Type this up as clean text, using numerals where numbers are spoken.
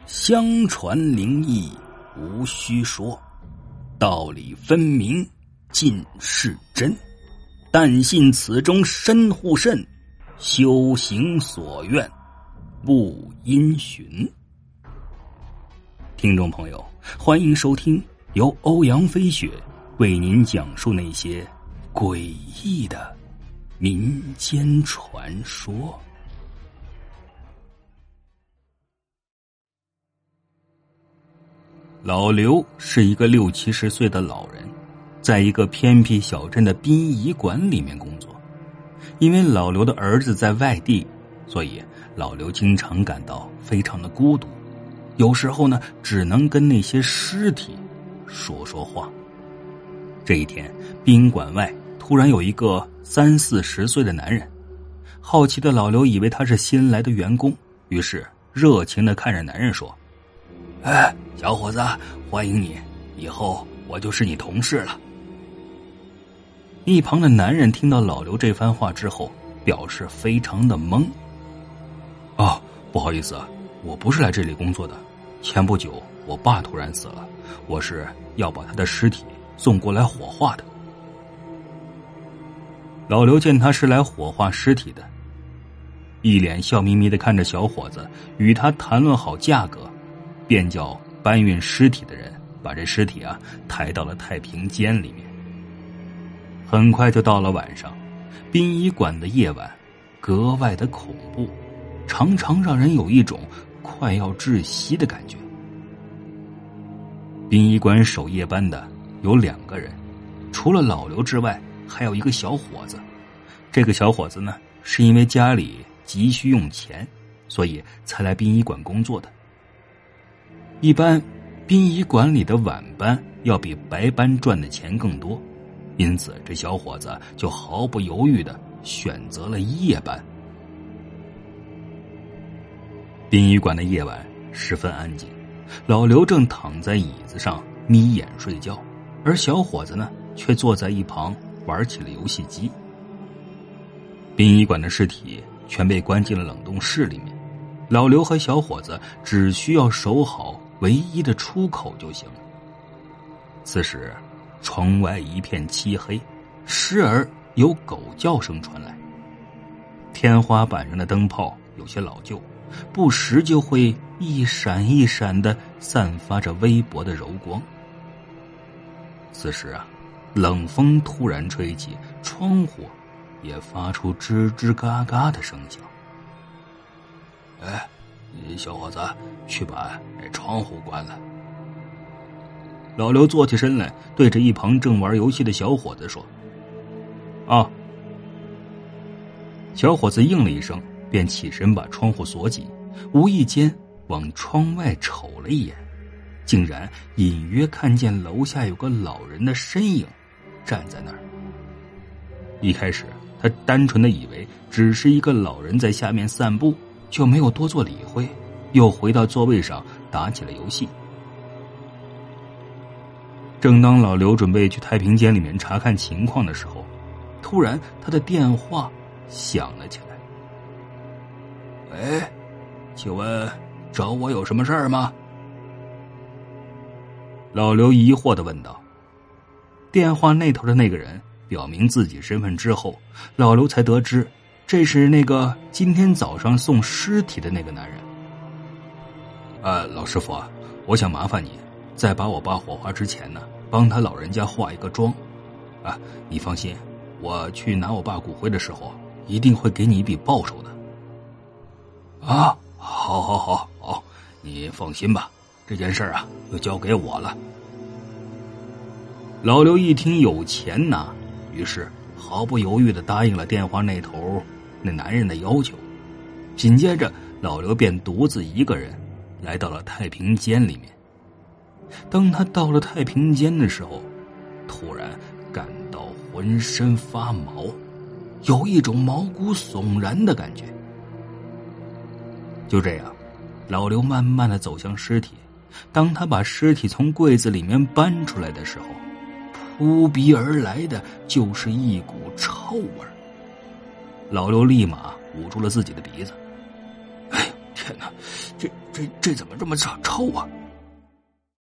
相传灵异无虚说，道理分明尽是真。但信此中深乎甚，修行所愿勿因循。听众朋友，欢迎收听由欧阳飞雪为您讲述那些诡异的民间传说。老刘是一个60-70岁的老人，在一个偏僻小镇的殡仪馆里面工作。因为老刘的儿子在外地，所以老刘经常感到非常的孤独，有时候呢，只能跟那些尸体说说话。这一天，殡仪馆外突然有一个30-40岁的男人，好奇的老刘以为他是新来的员工，于是热情地看着男人说：哎，小伙子，欢迎你，以后我就是你同事了。一旁的男人听到老刘这番话之后，表示非常的懵。哦，不好意思，我不是来这里工作的，前不久我爸突然死了，我是要把他的尸体送过来火化的。老刘见他是来火化尸体的，一脸笑眯眯地看着小伙子，与他谈论好价格，便叫搬运尸体的人把这尸体抬到了太平间里面。很快就到了晚上，殡仪馆的夜晚格外的恐怖，常常让人有一种快要窒息的感觉。殡仪馆守夜班的有2个人，除了老刘之外，还有一个小伙子。这个小伙子呢，是因为家里急需用钱，所以才来殡仪馆工作的。一般殡仪馆里的晚班要比白班赚的钱更多，因此这小伙子就毫不犹豫地选择了夜班。殡仪馆的夜晚十分安静，老刘正躺在椅子上眯眼睡觉，而小伙子呢，却坐在一旁玩起了游戏机。殡仪馆的尸体全被关进了冷冻室里面，老刘和小伙子只需要守好唯一的出口就行了。此时窗外一片漆黑，时而有狗叫声传来。天花板上的灯泡有些老旧，不时就会一闪一闪地散发着微薄的柔光。此时冷风突然吹起，窗户也发出吱吱嘎嘎的声响。哎，小伙子，去把窗户关了。老刘坐起身来，对着一旁正玩游戏的小伙子说：啊。小伙子应了一声，便起身把窗户锁紧，无意间往窗外瞅了一眼，竟然隐约看见楼下有个老人的身影站在那儿。一开始他单纯的以为只是一个老人在下面散步，就没有多做理会，又回到座位上打起了游戏。正当老刘准备去太平间里面查看情况的时候，突然他的电话响了起来。喂，请问找我有什么事儿吗？老刘疑惑地问道。电话那头的那个人表明自己身份之后，老刘才得知这是那个今天早上送尸体的那个男人。老师傅我想麻烦你在把我爸火化之前呢，帮他老人家化一个妆。你放心，我去拿我爸骨灰的时候一定会给你一笔报酬的。好，你放心吧，这件事儿就交给我了。老刘一听有钱拿，于是毫不犹豫地答应了电话那头那男人的要求。紧接着老刘便独自一个人来到了太平间里面。当他到了太平间的时候，突然感到浑身发毛，有一种毛骨悚然的感觉。就这样，老刘慢慢地走向尸体。当他把尸体从柜子里面搬出来的时候，扑鼻而来的就是一股臭味。老刘立马捂住了自己的鼻子。哎呦天哪， 这怎么这么臭啊？